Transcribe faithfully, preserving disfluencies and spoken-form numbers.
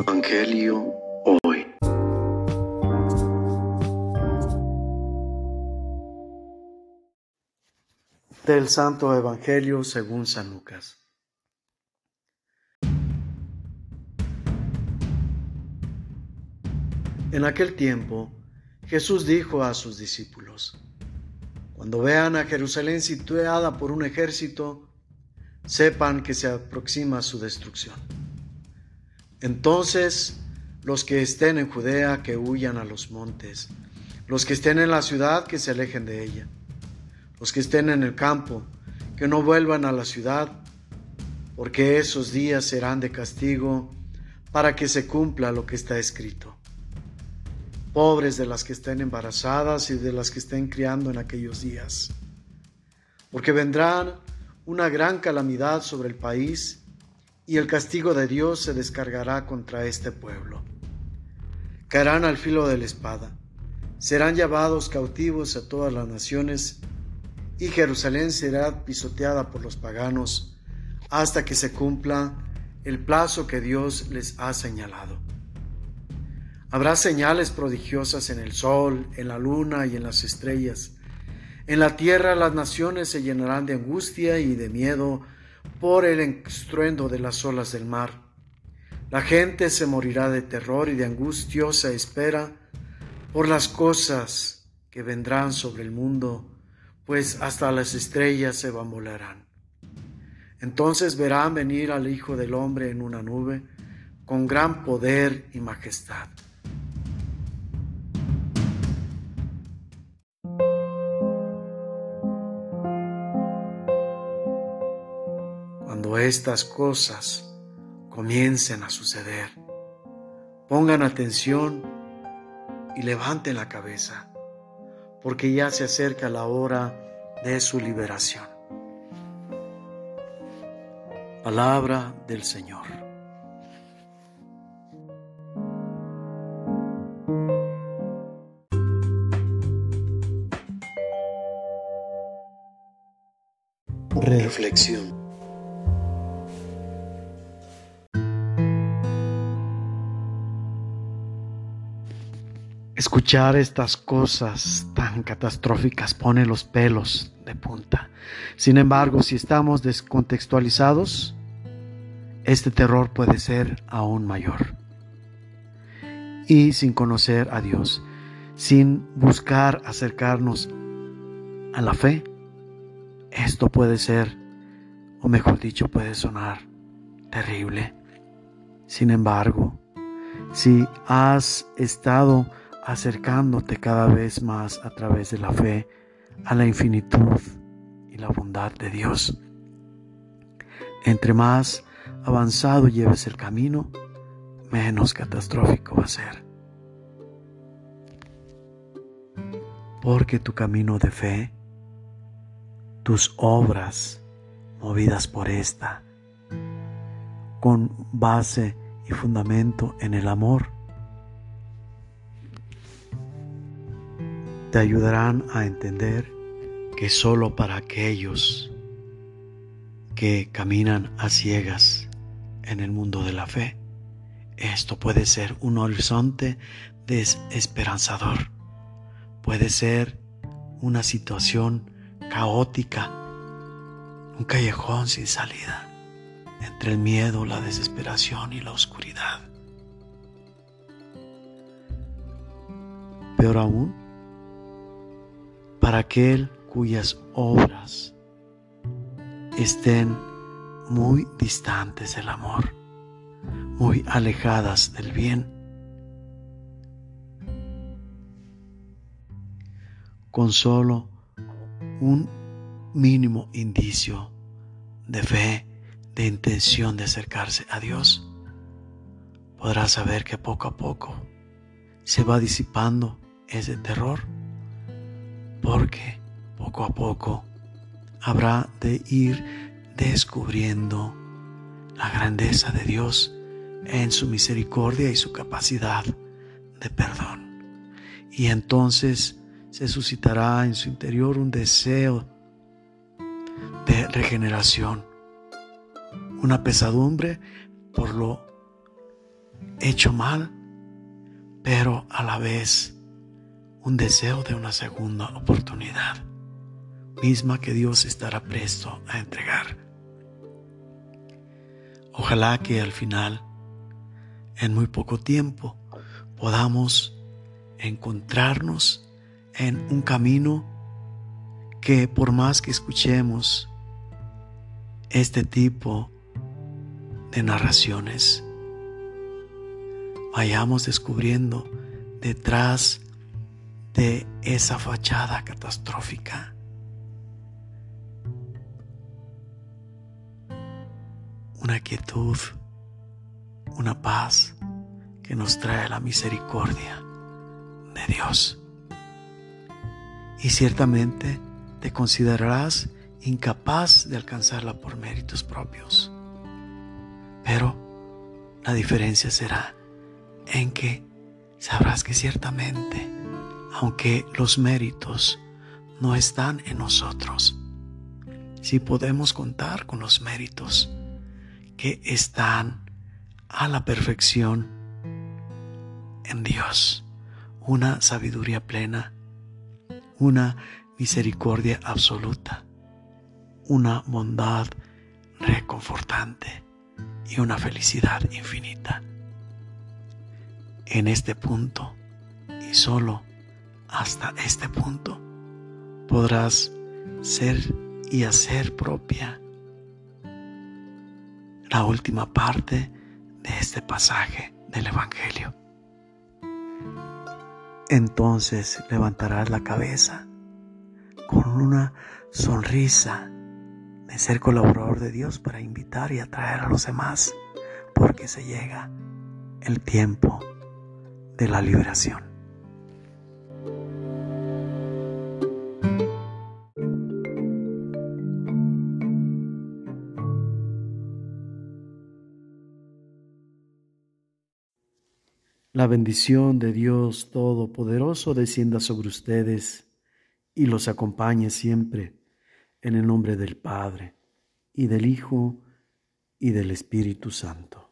Evangelio hoy. Del Santo Evangelio según San Lucas. En aquel tiempo, Jesús dijo a sus discípulos: Cuando vean a Jerusalén sitiada por un ejército, sepan que se aproxima su destrucción. Entonces, los que estén en Judea, que huyan a los montes; los que estén en la ciudad, que se alejen de ella; los que estén en el campo, que no vuelvan a la ciudad, porque esos días serán de castigo, para que se cumpla lo que está escrito. Pobres de las que estén embarazadas y de las que estén criando en aquellos días, porque vendrán una gran calamidad sobre el país, y el castigo de Dios se descargará contra este pueblo. Caerán al filo de la espada, serán llevados cautivos a todas las naciones, y Jerusalén será pisoteada por los paganos, hasta que se cumpla el plazo que Dios les ha señalado. Habrá señales prodigiosas en el sol, en la luna y en las estrellas. En la tierra las naciones se llenarán de angustia y de miedo por el estruendo de las olas del mar. La gente se morirá de terror y de angustiosa espera por las cosas que vendrán sobre el mundo, pues hasta las estrellas se bambolearán. Entonces verán venir al Hijo del Hombre en una nube, con gran poder y majestad. Cuando estas cosas comiencen a suceder, pongan atención y levanten la cabeza, porque ya se acerca la hora de su liberación. Palabra del Señor. Reflexión. Escuchar estas cosas tan catastróficas pone los pelos de punta. Sin embargo, si estamos descontextualizados, este terror puede ser aún mayor. Y sin conocer a Dios, sin buscar acercarnos a la fe, esto puede ser, o mejor dicho, puede sonar terrible. Sin embargo, si has estado acercándote cada vez más a través de la fe a la infinitud y la bondad de Dios, entre más avanzado lleves el camino, menos catastrófico va a ser. Porque tu camino de fe, tus obras movidas por esta, con base y fundamento en el amor, te ayudarán a entender que solo para aquellos que caminan a ciegas en el mundo de la fe, esto puede ser un horizonte desesperanzador, puede ser una situación caótica, un callejón sin salida, entre el miedo, la desesperación y la oscuridad. Peor aún, para aquel cuyas obras estén muy distantes del amor, muy alejadas del bien, con solo un mínimo indicio de fe, de intención de acercarse a Dios, podrá saber que poco a poco se va disipando ese terror, porque poco a poco habrá de ir descubriendo la grandeza de Dios en su misericordia y su capacidad de perdón. Y entonces se suscitará en su interior un deseo de regeneración, una pesadumbre por lo hecho mal, pero a la vez un deseo de una segunda oportunidad, misma que Dios estará presto a entregar. Ojalá que al final, en muy poco tiempo, podamos encontrarnos en un camino que, por más que escuchemos este tipo de narraciones, vayamos descubriendo detrás de esa fachada catastrófica una quietud, una paz que nos trae la misericordia de Dios. Y ciertamente te considerarás incapaz de alcanzarla por méritos propios. Pero la diferencia será en que sabrás que ciertamente, aunque los méritos no están en nosotros, sí podemos contar con los méritos que están a la perfección en Dios. Una sabiduría plena, una misericordia absoluta, una bondad reconfortante y una felicidad infinita. En este punto, y solo hasta este punto, podrás ser y hacer propia la última parte de este pasaje del Evangelio. Entonces levantarás la cabeza con una sonrisa de ser colaborador de Dios para invitar y atraer a los demás, porque se llega el tiempo de la liberación. La bendición de Dios Todopoderoso descienda sobre ustedes y los acompañe siempre, en el nombre del Padre, y del Hijo, y del Espíritu Santo.